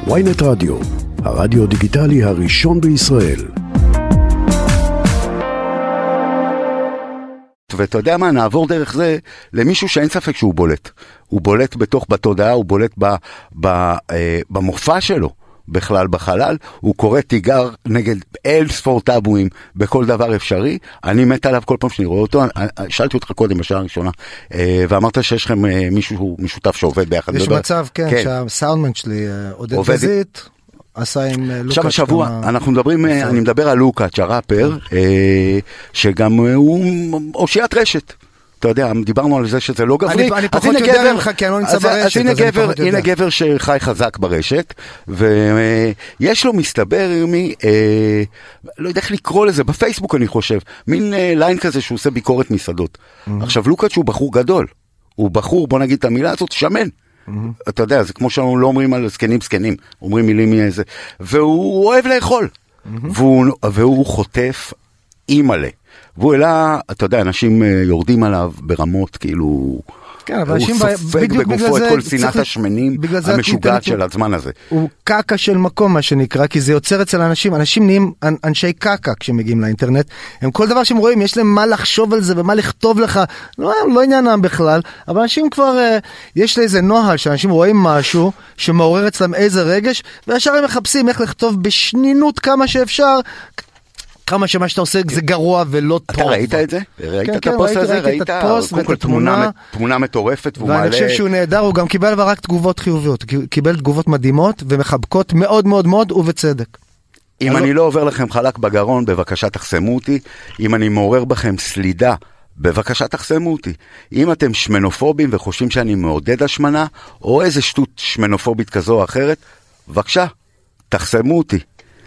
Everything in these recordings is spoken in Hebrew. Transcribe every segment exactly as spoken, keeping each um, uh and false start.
וויינט רדיו, הרדיו דיגיטלי הראשון בישראל. ואתה יודע מה, נעבור דרך זה למישהו שאין ספק שהוא בולט. הוא בולט בתוך בתודעה, הוא בולט ב, ב, אה, במופע שלו, בכלל בחלל. הוא קורא תיגר נגד אל ספור טאבויים בכל דבר אפשרי. אני מת עליו כל פעם שאני רואה אותו. שאלתי אותך קודם בשעה הראשונה, אה, ואמרת שיש לכם אה, מישהו משותף שעובד ביחד. יש מדבר. מצב, כן, כן. שהסאונדמן שלי, עודד גזית, עשה עם לוקאץ'. עכשיו השבוע, כמה... אנחנו מדברים, אני מדבר על לוקאץ', הראפר, אה, שגם הוא אושיית רשת. אתה יודע, דיברנו על זה שזה לא גברי. אני פחות יודע ממך, כי אני לא נמצא ברשת. אז הנה גבר, הנה גבר שחי חזק ברשת, ויש לו מסתבר מי, לא יודע איך לקרוא לזה, בפייסבוק אני חושב, מין ליין כזה שהוא עושה ביקורת מסעדות. עכשיו לוקאץ' הוא בחור גדול, הוא בחור, בוא נגיד את המילה הזאת, שמן. אתה יודע, זה כמו שאנחנו לא אומרים על זקנים זקנים, אומרים מילים מאיזה, והוא אוהב לאכול, והוא חוטף אימאלה. והוא אלא, אתה יודע, אנשים יורדים עליו ברמות, כאילו, כן, אבל הוא אנשים סופג בגופו את כל שנאת השמנים המשוגעת של הזמן הזה. הוא קקה של מקום, מה שנקרא, כי זה יוצר אצל אנשים, אנשים נהיים אנשי קקה כשמגיעים לאינטרנט, הם כל דבר שהם רואים, יש להם מה לחשוב על זה ומה לכתוב לך, לא, לא עניינם בכלל, אבל אנשים כבר, יש לאיזה נוהל שאנשים רואים משהו שמעורר אצלם איזה רגש, וישר הם מחפשים איך לכתוב בשנינות כמה שאפשר, כמה שמה שאתה עושה זה גרוע ולא טוב. אתה ראית את זה? ראית את הפוסט הזה? ראיתי את הפוסט ואת התמונה. תמונה מטורפת. ואני חושב שהוא נהדר, הוא גם קיבל רק תגובות חיוביות. קיבל תגובות מדהימות ומחבקות מאוד מאוד מאוד ובצדק. אם אני לא עובר לכם חלק בגרון, בבקשה תחסמו אותי. אם אני מעורר בכם סלידה, בבקשה תחסמו אותי. אם אתם שמנופובים וחושבים שאני מעודד השמנה, או איזה שטות שמנופובית כזו או אחרת, בבקשה, תחסמו אותי.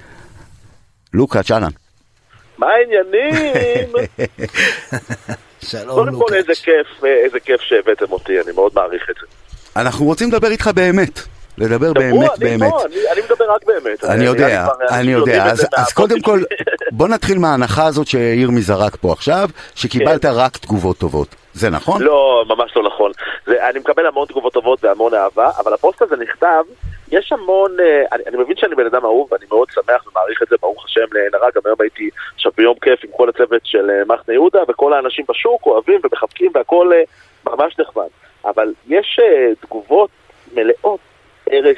לוקאץ', שלום. מה העניינים? שלום לוקאץ'. קודם כל איזה כיף, איזה כיף שהבאתם אותי, אני מאוד מעריך את זה. אנחנו רוצים לדבר איתך באמת. לדבר באמת באמת. אני מדבר רק באמת. אני יודע, אני יודע. אז קודם כל, בוא נתחיל מההנחה הזאת שירמי זרק פה עכשיו, שקיבלת רק תגובות טובות. זה נכון? לא, ממש לא נכון. אני מקבל המון תגובות טובות והמון אהבה, אבל הפוסט הזה נכתב, יש המון, אני, אני מבין שאני בן אדם אהוב, ואני מאוד שמח ומעריך את זה, ברוך השם לעין הרע, גם היום הייתי עכשיו ביום כיף עם כל הצוות של מחנה יהודה, וכל האנשים בשוק אוהבים ומחבקים, והכל ממש נחמד. אבל יש תגובות מלאות ערס,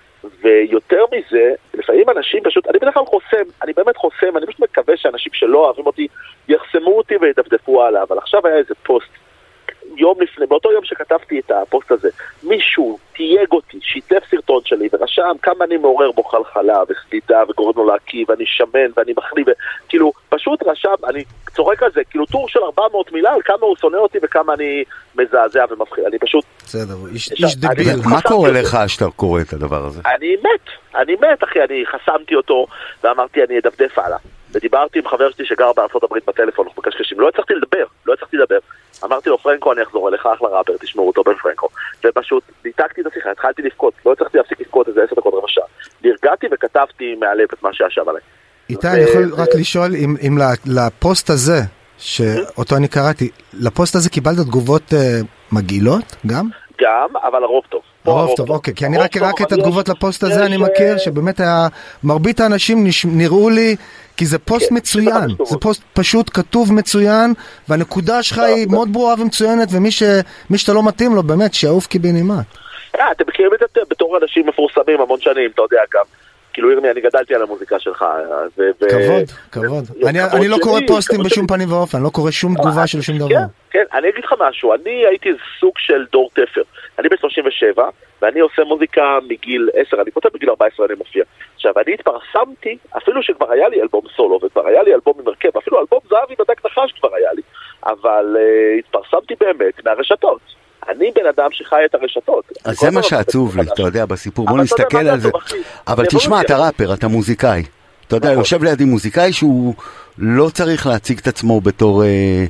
ויותר מזה, לפעמים אנשים פשוט, אני בדרך כלל חוסם, אני באמת חוסם, אני פשוט מקווה שאנשים שלא אוהבים אותי, יחסמו אותי וידפדפו עליו, אבל עכשיו היה איזה פוסט, יום לפני, באותו יום שכתבתי את הפוסט הזה, מישהו תייג אותי, שיתף סרטון שלי ורשם כמה אני מעורר בו חלחלה וסלידה וגורם לו להקיא ואני שמן ואני מחליב, כאילו פשוט רשם, אני צורק על זה, כאילו טור של ארבע מאות מילה על כמה הוא שונא אותי וכמה אני מזעזע ומפחיד, אני פשוט... בסדר, איש דביל. מה קורה לך שאתה קורא את הדבר הזה? אני מת, אני מת אחי, אני חסמתי אותו ואמרתי אני אדפדף עליו. ודיברתי עם חבר שלי שגר בארצות הברית בטלפון, אנחנו בקשקשים, לא הצלחתי לדבר, לא הצלחתי לדבר. אמרתי לו, פרנקו, אני אחזור אליך, אחלה ראפר, תשמעו אותו בן פרנקו. ופשוט ניתקתי את השיחה, התחלתי לפקוד, לא הצלחתי להפסיק לפקוד איזה עשר דקות רבע שעה. נרגעתי וכתבתי מהלב את מה שישב עליי. איתי, אני יכול רק לשאול אם לפוסט הזה, שאותו אני קראתי, לפוסט הזה קיבלת תגובות מגעילות גם? גם, אבל הרוב טוב. הרוב טוב, אוקיי, כי אני רק את התגובות לפוסט הזה אני מכיר, שבאמת מרבית האנשים נראו לי, כי זה פוסט מצוין, זה פוסט פשוט כתוב מצוין, והנקודה שלך היא מאוד ברורה ומצוינת, ומי שאתה לא מתאים לו, באמת, שיעוף קיבינימט. אתם מכירים את זה בתור אנשים מפורסמים המון שנים, אתה יודע גם. כאילו ירמי, אני גדלתי על המוזיקה שלך. כבוד, כבוד. אני לא קורא פוסטים בשום פנים ואופן, אני לא קורא שום תגובה של שום דבר. כן, כן, אני אגיד לך משהו, אני הייתי סוג של דור תפר. אני ב-שלושים ושבע, ואני עושה מוזיקה מגיל עשר, אני כותב בגיל ארבע עשרה, אני מופיע. עכשיו, אני התפרסמתי, אפילו שכבר היה לי אלבום סולו, וכבר היה לי אלבום עם הרכב, אפילו אלבום זהבי בדק נחש כבר היה לי, אבל התפרסמתי באמת מהרשתות. אני בן אדם שחי את הרשתות. אז זה מה שעצוב לי, אתה יודע, בסיפור, בוא נסתכל על זה. אבל תשמע, אתה ראפר, אתה מוזיקאי. אתה יודע, יושב לידי מוזיקאי שהוא לא צריך להציג את עצמו בתור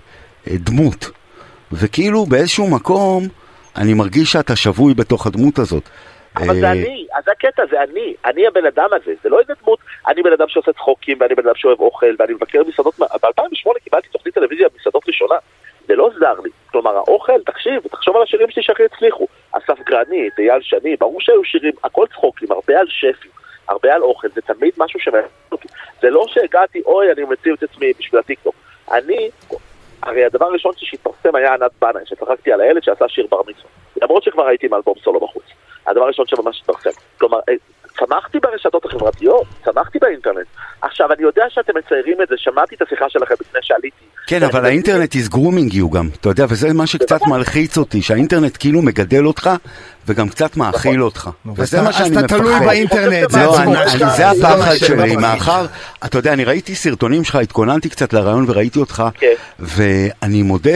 דמות. וכאילו באיזשהו מקום, אני מרגיש שאתה שבוי בתוך הדמות הזאת. אבל זה אני, אז הקטע זה אני, אני הבן אדם הזה, זה לא איזה דמות, אני בן אדם שעושה צחוקים, ואני בן אדם שאוהב אוכל, ואני מבקר מסעדות, ב-אלפיים ושמונה קיבלתי תוכנית טלוויזיה במסעדות ראשונה, זה לא זר לי, כלומר האוכל, תקשיב, תחשוב על השירים שלי שהכי הצליחו, אסף גרנית, אייל שני, ברור שהיו שירים, הכל צחוקים, הרבה על שפים, הרבה על אוכל, זה תמיד משהו שמעניין אותי. זה לא שהגעתי, אוי, אני מציב את עצמי בשביל הטיקטוק. אני, הרי הדבר הראשון שהתפרסם היה ענת בנאי, שצחקתי על הילד שעשה שיר בר מצווה. למרות שכבר הייתי עם אלבום סולו בחוץ. הדבר הראשון שממש התפרסם. כלומר, צמחתי ברשתות החברתיות, צמחתי באינטרנט. עכשיו, אני יודע שאתם מציירים את זה, שמעתי את השיחה שלכם לפני שעליתי. כן, אבל האינטרנט is grooming you גם, אתה יודע, וזה מה שקצת מלחיץ אותי, שהאינטרנט כאילו מגדל אותך, וגם קצת מאכיל אותך. וזה מה שאני מפחד. אז אתה תלוי באינטרנט. לא, זה הפחד שלי, מאחר, אתה יודע, אני ראיתי סרטונים שלך, התכוננתי קצת לרעיון וראיתי אותך, ואני מודה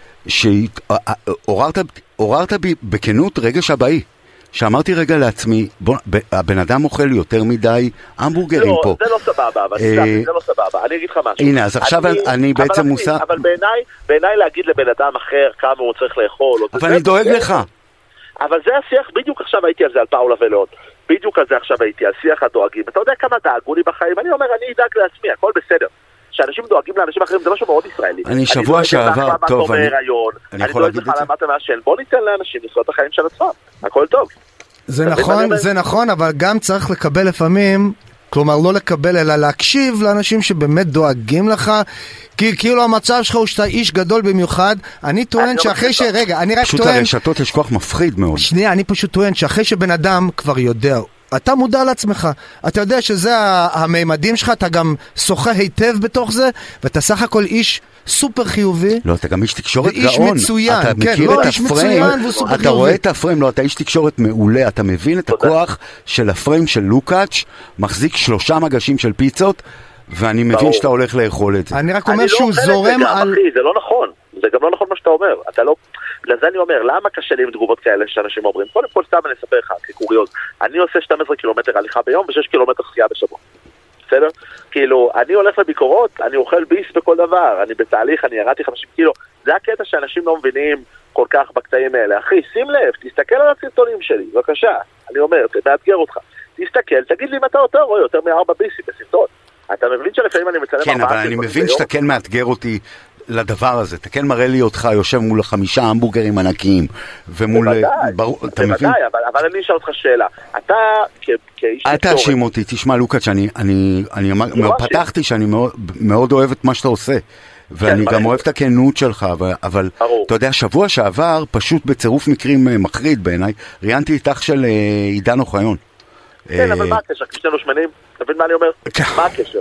שעוררת בי בכנות רגש הבאי. שאמרתי רגע לעצמי, בוא, הבן אדם אוכל יותר מדי המבורגרים לא, פה. זה לא סבבה, אבל אה... זה לא סבבה. אני אגיד לך משהו. הנה, אז עכשיו אני, אני בעצם אבל מוסע... אבל בעיניי, בעיניי להגיד לבן אדם אחר כמה הוא צריך לאכול... אבל אני דואג לך. אבל זה השיח, בדיוק עכשיו הייתי על זה, על פאולה ולאון. בדיוק על זה עכשיו הייתי, על שיח הדואגים. אתה יודע כמה דאגו לי בחיים? אני אומר, אני אדאג לעצמי, הכל בסדר. שאנשים דואגים לאנשים אחרים, זה משהו מאוד ישראלי. אני שבוע שעבר, טוב, אני יכול להגיד את זה. אני דואג לך למה אתה מעשן. בוא ניתן לאנשים לחיות את החיים של עצמם. הכל טוב. זה נכון, זה נכון, אבל גם צריך לקבל לפעמים, כלומר לא לקבל אלא להקשיב לאנשים שבאמת דואגים לך, כי כאילו המצב שלך הוא שאתה איש גדול במיוחד. אני טוען שאחרי ש... רגע, אני רק טוען... פשוט הרשתות יש כוח מפחיד מאוד. שנייה, אני פשוט טוען שאחרי שבן אדם כבר יודע, אתה מודע לעצמך, אתה יודע שזה הממדים שלך, אתה גם שוחה היטב בתוך זה, ואתה סך הכל איש סופר חיובי. לא, אתה גם איש תקשורת גאון. ואיש מצוין, אתה כן, מכיר לא, את איש הפריים, מצוין והוא סופר אתה חיובי. רואה את הפריים, לא, אתה איש תקשורת מעולה, אתה מבין את הכוח של הפריים של לוקאץ', מחזיק שלושה מגשים של פיצות, ואני מבין שאתה הולך לאכול את זה. אני רק אומר שהוא זורם על... זה לא נכון, זה גם לא נכון מה שאתה אומר. אתה לא... לזה אני אומר, למה קשה לי עם תגובות כאלה שאנשים אומרים? קודם כל סתם אני אספר לך, כקוריוז. אני עושה שנים עשר קילומטר הליכה ביום ו-שש קילומטר שחייה בשבוע. בסדר? כאילו, אני הולך לביקורות, אני אוכל ביס בכל דבר, אני בתהליך, אני ירדתי חמישים קילו. זה הקטע שאנשים לא מבינים כל כך בקטעים האלה. אחי, שים לב, תסתכל על הסרטונים שלי, בבקשה. אני אומר, תאתגר אותך. תסתכל, תגיד לי אם אתה יותר רואה יותר מארבע ביסים בסרטון. אתה מבין שלפעמים אני מצלם כן, אבל אני מבין שאתה כן מאתגר אותי לדבר הזה. אתה כן מראה לי אותך יושב מול חמישה המבורגרים ענקיים, ומול... בוודאי, אבל אני אשאל אותך שאלה. אתה כאיש... אל תאשים אותי, תשמע לוקאץ', שאני פתחתי שאני מאוד אוהב את מה שאתה עושה, ואני גם אוהב את הכנות שלך, אבל אתה יודע, שבוע שעבר, פשוט בצירוף מקרים מחריד בעיניי, ראיינתי איתך של עידן אוחיון. כן, אבל מה הקשר? כשאנו שמנים? אתה מבין מה אני אומר? מה הקשר?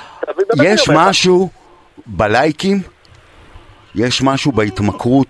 יש משהו בלייקים, יש משהו בהתמכרות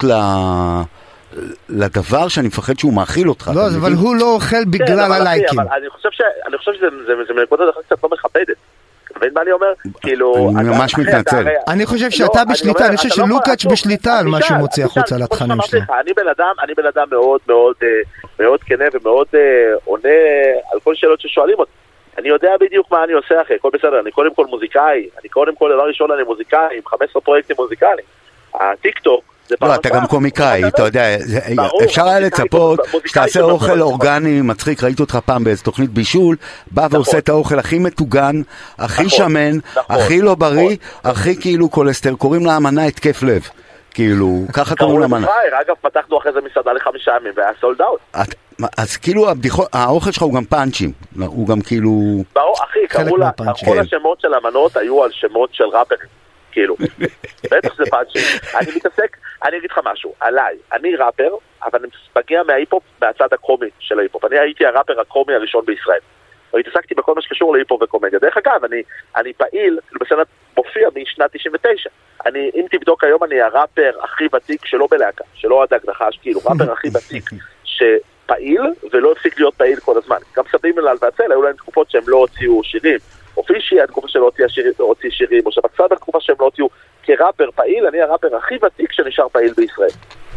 לדבר שאני מפחד שהוא מאכיל אותך. לא, אבל הוא לא אוכל בגלל הלייקים. אני חושב שזה מנקודת אחת קצת לא מכבדת. אתה מבין מה אני אומר? אני ממש מתנצל. אני חושב שאתה בשליטה, אני חושב שלוקאץ' בשליטה על מה שהוא מוציא החוצה לתכנים שלו. אני בן אדם, אני בן אדם מאוד מאוד מאוד כנה ומאוד עונה על כל שאלות ששואלים אותי. אני יודע בדיוק מה אני עושה אחרי, הכל בסדר, אני קודם כל מוזיקאי, אני קודם כל דבר ראשון אני מוזיקאי, עם חמישה עשר פרויקטים מוזיקליים. הטיקטוק זה פעם... לא, אתה גם קומיקאי, אתה יודע, אפשר היה לצפות שתעשה אוכל אורגני, מצחיק, ראיתי אותך פעם באיזו תוכנית בישול, בא ועושה את האוכל הכי מטוגן, הכי שמן, הכי לא בריא, הכי כאילו קולסטר, קוראים לה אמנה התקף לב. כאילו, ככה קוראים לה אמנה. אגב, פתחנו אחרי זה מסעדה לחמישה ימים, והיה סולד אאוט. אז כאילו האוכל שלך הוא גם פאנצ'ים, הוא גם כאילו... ברור, אחי, קראו לה, כל השמות של המנות היו על שמות של ראפרים, כאילו. בטח זה פאנצ'ים. אני מתעסק, אני אגיד לך משהו, עליי, אני ראפר, אבל אני מגיע מההיפופ, מהצד הקומי של ההיפופ. אני הייתי הראפר הקומי הראשון בישראל. והתעסקתי בכל מה שקשור להיפופ וקומדיה. דרך אגב, אני, אני פעיל, בסצנת מופיע משנת תשעים ותשע. אני, אם תבדוק היום, אני הראפר הכי ותיק שלא בלהקה, שלא הדג נחש, כאילו, ראפר הכי ותיק, שפעיל ולא הפסיק להיות פעיל כל הזמן. גם סבים אליו והצל, היו להם תקופות שהם לא הוציאו שירים. אופישי, התקופה שלא הוציאה שירים, הוציא שירים, או שבצד התקופה שהם לא הוציאו כראפר פעיל, אני הראפר הכי ותיק שנשאר פעיל בישראל.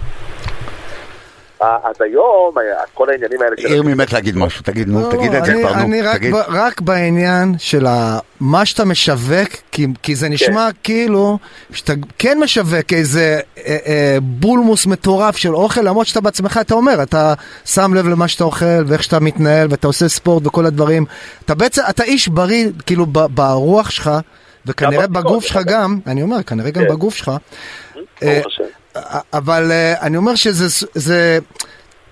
אז היום, כל העניינים האלה... עיר ממך להגיד משהו, תגיד, נו, תגיד את זה כבר, נו. אני רק בעניין של מה שאתה משווק, כי זה נשמע כאילו שאתה כן משווק איזה בולמוס מטורף של אוכל, למרות שאתה בעצמך, אתה אומר, אתה שם לב למה שאתה אוכל, ואיך שאתה מתנהל, ואתה עושה ספורט וכל הדברים. אתה בעצם, אתה איש בריא, כאילו, ברוח שלך, וכנראה בגוף שלך גם, אני אומר, כנראה גם בגוף שלך. אבל אני אומר שזה, זה,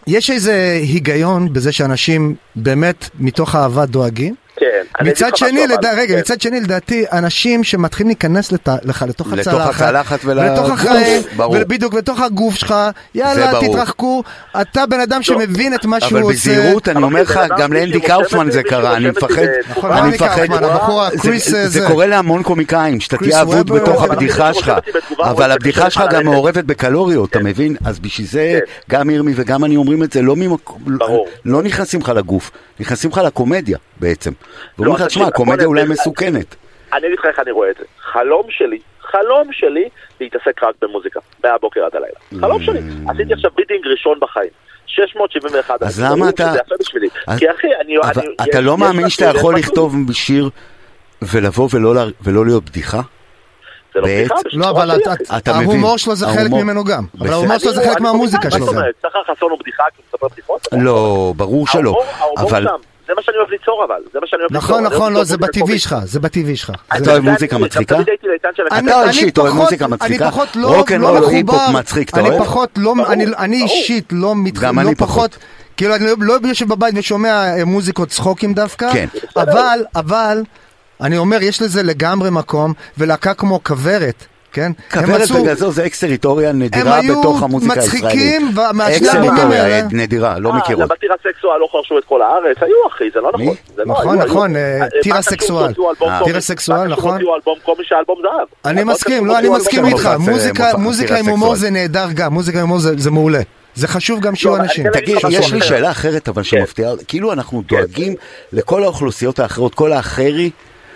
יש איזה היגיון בזה שאנשים באמת מתוך אהבה דואגים. כן. מצד שני, לדע, רגע, מצד שני, לדעתי, אנשים שמתחילים להיכנס לת, לך, לתוך הצלחת, לתוך הצלחת ולתוך החיים, ובדיוק לתוך הגוף שלך, יאללה, תתרחקו, אתה בן אדם שמבין את מה שהוא עושה. אבל בזהירות, אני אומר לך, גם לאנדי קאופמן זה קרה, אני מפחד, אני מפחד, זה קורה להמון קומיקאים, שאתה תהיה אבוד בתוך הבדיחה שלך, אבל הבדיחה שלך גם מעורבת בקלוריות, אתה מבין? אז בשביל זה, גם ירמי וגם אני אומרים את זה, לא נכנסים לך לגוף, נכנסים לך לקומדיה בעצם. ואומרים לך, תשמע, הקומדיה אולי מסוכנת. אני אגיד לך איך אני רואה את זה. חלום שלי, חלום שלי, להתעסק רק במוזיקה, מהבוקר עד הלילה. חלום שלי. עשיתי עכשיו בידינג ראשון בחיים. שש מאות שבעים ואחת. אז למה אתה... כי אחי, אני... אתה לא מאמין שאתה יכול לכתוב שיר ולבוא ולא להיות בדיחה? זה לא בדיחה, לא, אבל ההומור שלו זה חלק ממנו גם. אבל ההומור שלו זה חלק מהמוזיקה שלו גם. שחר חסון הוא בדיחה, כי הוא מספר בדיחות? לא, ברור שלא. אבל... זה מה שאני אוהב ליצור אבל, זה מה שאני אוהב ליצור. נכון, נכון, לא, זה בטבעי שלך, זה בטבעי שלך. אתה אוהב מוזיקה מצחיקה? אתה אישית אוהב מוזיקה מצחיקה? רוק'נ'רול או היפ-הופ מצחיק, אתה אוהב? אני פחות, אני אישית לא מתחיל, לא פחות, כאילו אני לא יושב בבית ושומע מוזיקות צחוקים דווקא, אבל, אבל, אני אומר, יש לזה לגמרי מקום, ולהקה כמו כוורת, כן? כוורת בגזו זה אקס-טריטוריה נדירה בתוך המוזיקה הישראלית. אקס-טריטוריה נדירה, לא מכירות. למה טירסקסואל לא חרשו את כל הארץ? היו אחי, זה לא נכון. נכון, נכון, טירסקסואל. טירסקסואל, נכון. אני מסכים, לא, אני מסכים איתך. מוזיקה עם הומור זה נהדר גם, מוזיקה עם הומור זה מעולה. זה חשוב גם שיהיו אנשים. תגיד, יש לי שאלה אחרת אבל שמפתיעה, כאילו אנחנו דואגים לכל האוכלוסיות האחרות, כל האחרי,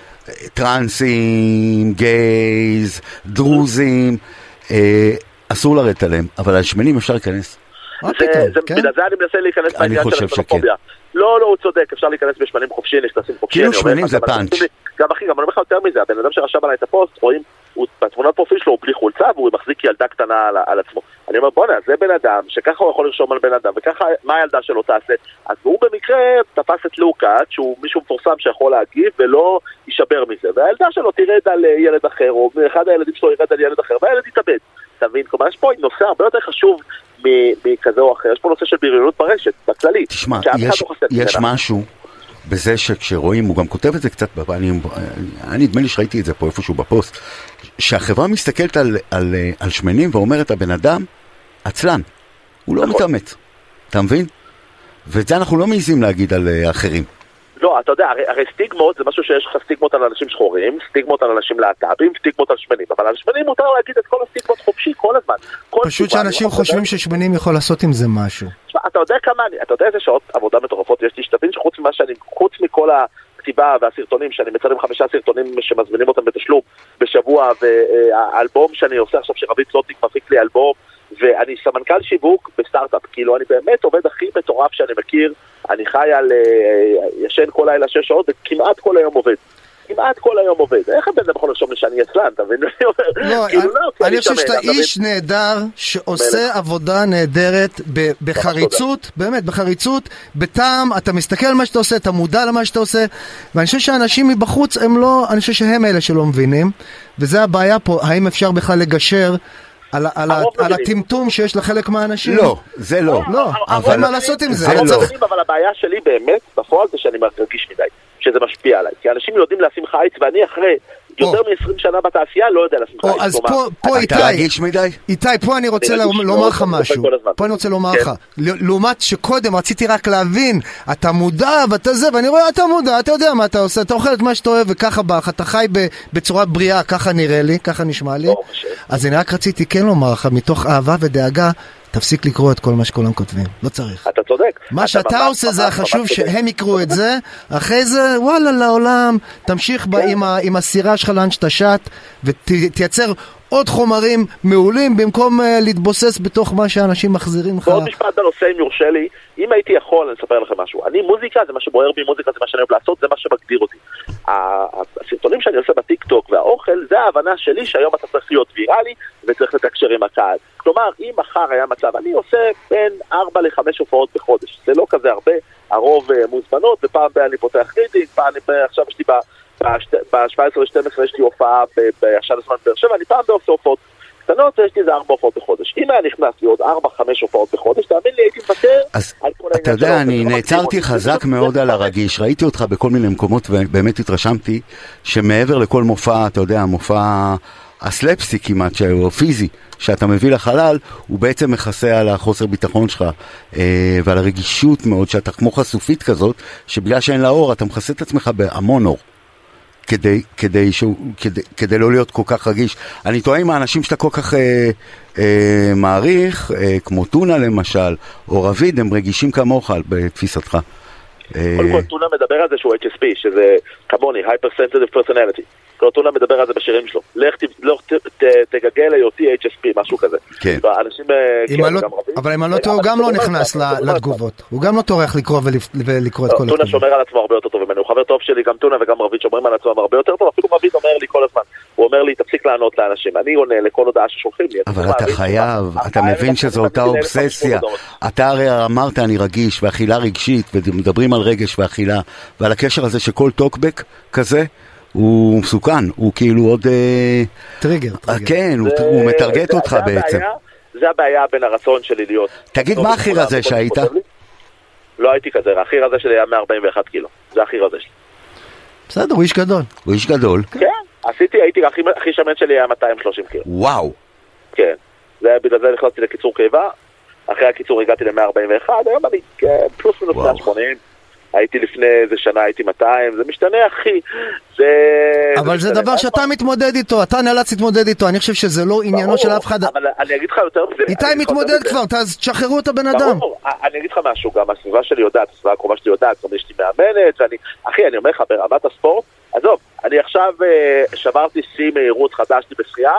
טרנסים, גייז, דרוזים, אסור לרדת עליהם, אבל על שמנים אפשר להיכנס. בגלל זה אני מנסה להיכנס אני חושב שכן. לא, לא, הוא צודק, אפשר להיכנס בשמנים חופשי, נכנסים חופשי. כאילו שמנים זה פאנץ'. גם אחי, גם אני אומר לך יותר מזה, הבן אדם שרשם עליי את הפוסט, רואים, בתמונת פרופיל שלו הוא בלי חולצה, והוא מחזיק ילדה קטנה על עצמו. אני אומר, בוא'נה, זה בן אדם, שככה הוא יכול לרשום על בן אדם, וככה, מה הילדה שלו תעשה? אז הוא במקרה תפס את לוקאץ', שהוא מישהו מפורסם שיכול להגיב, ולא יישבר מזה. והילדה שלו תירד על ילד אחר, או אחד הילדים שלו ירד על ילד אחר, והילד יתאבד. אתה מבין? כלומר, יש פה נושא הרבה יותר חשוב מכזה או אחר. יש פה נושא של בריונות ברשת, בכללית. תשמע, יש, יש משהו בזה שכשרואים, הוא גם כותב את זה קצת, אני, אני נדמה לי שראיתי את זה פה איפשהו בפוסט, שהחברה מסתכלת על, על, על שמנים ואומרת, הבן אדם עצלן, הוא לא מתאמץ. אתה מבין? ואת זה אנחנו לא מעיזים להגיד על אחרים. לא, אתה יודע, הרי, הרי סטיגמות זה משהו שיש לך סטיגמות על אנשים שחורים, סטיגמות על אנשים להט"בים, סטיגמות על שמנים, אבל על שמנים מותר להגיד את כל הסטיגמות חופשי כל הזמן. כל פשוט שאנשים חושבים ששמנים יכול לעשות עם זה משהו. שמה, אתה יודע כמה, אתה יודע איזה שעות עבודה מטורפות יש לי, שתבין שחוץ ממה שאני, חוץ מכל הכתיבה והסרטונים, שאני מצלם חמישה סרטונים שמזמינים אותם בתשלום בשבוע, והאלבום שאני עושה עכשיו שרבית סלוטניק מפיק לי אלבום, ואני סמנכ"ל שיווק בסטארט-אפ, כאילו אני באמת עובד הכי מטורף שאני מכיר, אני חי על ישן כל לילה שש שעות וכמעט כל היום עובד. כמעט כל היום עובד. איך הבן אדם יכול לחשוב לי שאני עצלן, אתה מבין? לא, אני חושב שאתה איש נהדר שעושה עבודה נהדרת בחריצות, באמת בחריצות, בטעם, אתה מסתכל על מה שאתה עושה, אתה מודע למה שאתה עושה, ואני חושב שאנשים מבחוץ הם לא, אני חושב שהם אלה שלא מבינים, וזה הבעיה פה, האם אפשר בכלל לגשר על, על, על הטמטום שיש לחלק מהאנשים? לא, זה לא. לא, אבל מה לעשות עם זה? זה לא. אבל הבעיה שלי באמת, בפועל זה שאני מרגיש מדי, שזה משפיע עליי. כי אנשים יודעים לשים חיץ, ואני אחרי יותר מ-עשרים שנה בתעשייה לא יודע לשים חיץ. אז פה איתי, איתי, פה אני רוצה לומר לך משהו. פה אני רוצה לומר לך. לעומת שקודם רציתי רק להבין, אתה מודע ואתה זה, ואני רואה, אתה מודע, אתה יודע מה אתה עושה, אתה אוכל את מה שאתה אוהב וככה בך, אתה חי בצורה בריאה, ככה נראה לי, ככה נשמע לי. אז אני רק רציתי כן לומר לך, מתוך אהבה ודאגה, תפסיק לקרוא את כל מה שכולם כותבים, לא צריך. אתה צודק. מה שאתה עושה זה החשוב שהם יקראו את זה, אחרי זה, וואלה, לעולם, תמשיך עם הסירה שלך לאן שאתה שט, ותייצר עוד חומרים מעולים, במקום להתבוסס בתוך מה שאנשים מחזירים לך. עוד משפט בנושא, אם יורשה לי, אם הייתי יכול, אני אספר לכם משהו. אני מוזיקה, זה מה שבוער בי, מוזיקה זה מה שאני אוהב לעשות, זה מה שמגדיר אותי. הסרטונים שאני עושה בטיק-טוק והאוכל, זה ההבנה שלי שהיום אתה צריך להיות ויראלי, וצריך לתקשר עם הקהל. כלומר, אם מחר היה מצב, אני עושה בין ארבע לחמש הופעות בחודש. זה לא כזה הרבה, הרוב מוזמנות, ופעם בה אני פותח רידינג, פעם עכשיו יש לי ב-שבע עשרה ל-שתים עשרה יש לי הופעה בשעה לזמן באר שבע, אני פעם בעושה הופעות. קטנות, יש לי איזה ארבע הופעות בחודש. אם היה נכנס לי עוד ארבע, חמש הופעות בחודש, תאמין לי, הייתי מוותר על כל העניין. אתה יודע, אני נעצרתי חזק מאוד על הרגיש, ראיתי אותך בכל מיני מקומות, ובאמת התרשמתי שמעבר לכל מופע, אתה יודע, מופע הסלפסטיק כמעט, שהוא פיזי, שאתה מביא לחלל, הוא בעצם מכסה על החוסר ביטחון שלך, אה, ועל הרגישות מאוד, שאתה כמו חשופית כזאת, שבגלל שאין לה אור, אתה מכסה את עצמך בהמון אור, כדי, כדי, שהוא, כדי, כדי לא להיות כל כך רגיש. אני טועה עם האנשים שאתה כל כך אה, אה, מעריך, אה, כמו טונה למשל, או רביד, הם רגישים כמוך בתפיסתך. קודם כל, טונה מדבר על זה שהוא אייץ' אס פי, שזה כמוני, Hypersensitive Personality. טונה מדבר על זה בשירים שלו. לך תגגל היותי אייץ' אס פי, משהו כזה. כן. אבל אם לא טועה, הוא גם לא נכנס לתגובות. הוא גם לא טורח לקרוא ולקרוא את כל התגובות. טונה שומר על עצמו הרבה יותר טוב ממנו. הוא חבר טוב שלי, גם טונה וגם רביד שומרים על עצמם הרבה יותר טוב. אפילו רביד אומר לי כל הזמן. הוא אומר לי, תפסיק לענות לאנשים. אני עונה לכל הודעה ששולחים לי. אבל אתה חייב, אתה מבין שזו אותה אובססיה. אתה הרי אמרת, אני רגיש, ואכילה רגשית, ומדברים על רגש ואכילה, ועל הקשר הזה שכל טוקבק כזה הוא מסוכן, הוא כאילו עוד... טריגר, טריגר. כן, הוא מטרגט אותך בעצם. זה הבעיה בין הרצון שלי להיות. תגיד, מה החיר הזה שהיית? לא הייתי כזה, החיר הזה שלי היה מאה ארבעים ואחת קילו. זה החיר הזה שלי. בסדר, הוא איש גדול. הוא איש גדול. כן, עשיתי, הייתי, הכי שמן שלי היה מאתיים ושלושים קילו. וואו. כן, בגלל זה נכנסתי לקיצור קיבה, אחרי הקיצור הגעתי ל-מאה ארבעים ואחת, היום אני פלוס מינוס מאה ושמונים. הייתי לפני איזה שנה, הייתי מאתיים, זה משתנה אחי, זה... אבל זה דבר שאתה מתמודד איתו, אתה נאלץ להתמודד איתו, אני חושב שזה לא עניינו של אף אחד. אבל אני אגיד לך יותר מזה... איתי מתמודד כבר, אז תשחררו את הבן אדם. אני אגיד לך משהו, גם הסביבה שלי יודעת, הסביבה הקרובה שלי יודעת, יש לי מאמנת, ואני... אחי, אני אומר לך, ברמת הספורט, עזוב, אני עכשיו שברתי שיא מהירות חדש לי בשחייה,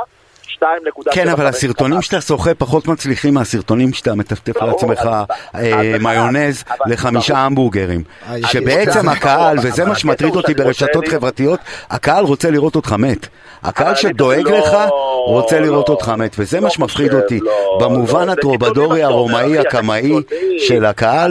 כן, אבל הסרטונים שאתה שוחה פחות מצליחים מהסרטונים שאתה מטפטף לעצמך מיונז לחמישה המבורגרים, שבעצם הקהל, וזה מה שמטריד אותי ברשתות חברתיות, הקהל רוצה לראות אותך מת, הקהל שדואג לך רוצה לראות אותך מת, וזה מה שמפחיד אותי במובן הטרובדורי הרומאי הקמאי של הקהל.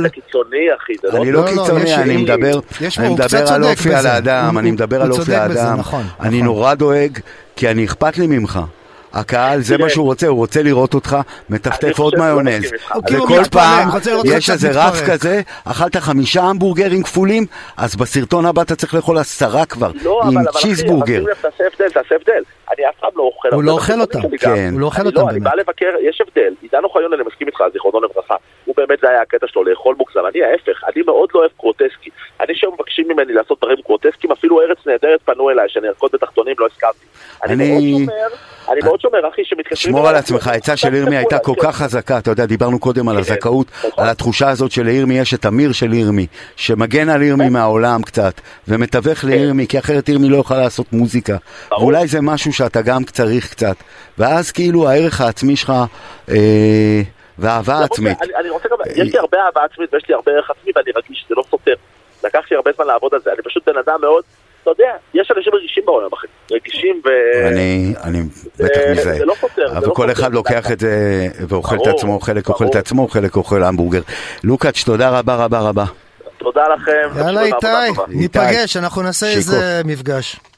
אני לא קיצוני, אני מדבר על אופי על האדם, אני מדבר על אופי האדם, אני נורא דואג כי אני אכפת לי ממך. הקהל, זה מה שהוא רוצה, הוא רוצה לראות אותך מטפטף עוד מיונז, וכל פעם יש איזה רף כזה, אכלת חמישה המבורגרים כפולים, אז בסרטון הבא אתה צריך לאכול עשרה כבר, עם צ'יזבורגר. תעשה הבדל, תעשה הבדל. אני אף פעם לא אוכל. הוא לא אוכל אותם, הוא לא אוכל אותם. אני בא לבקר, יש הבדל. עידן אוחיון, אני מסכים איתך, זיכרונו לברכה. הוא באמת, זה היה הקטע שלו, לאכול מוגזם. אני ההפך, אני מאוד לא אוהב קרוטסקי. אני שהם מבקשים ממני לעשות דברים קרוטסקיים, אפילו ארץ נהדרת פנו אליי, שאני ארקוד בתחתונים, לא הסכמתי. אני אני מאוד שומר, אחי, שמתקשרים... שמור על עצמך, העצה של ירמי הייתה כל כך חזקה, אתה יודע, דיברנו קודם על הזכאות, על התחושה הזאת של ירמי, יש את אמיר של ירמי, שמגן על ירמי מהעולם קצת, ומתווך לירמי, כי אחרת ירמי לא יכולה לעשות מוזיקה, ואולי זה משהו שאתה גם צריך קצת, ואז כאילו הערך העצמי שלך, והאהבה העצמית. אני רוצה גם, יש לי הרבה אהבה עצמית, ויש לי הרבה ערך עצמי, ואני רגיש, זה לא סותר. לקח לי הרבה זמן לעבוד על זה, אני פשוט בן אדם מאוד, אתה יודע, יש אנשים רגישים בעולם, אחי. רגישים ו... אני, אני בטח מזה. זה לא סותר. אבל כל אחד לוקח את זה ואוכל את עצמו, חלק אוכל את עצמו, חלק אוכל המבורגר. לוקאץ', תודה רבה רבה רבה. תודה לכם. יאללה איתי, ניפגש, אנחנו נעשה איזה מפגש.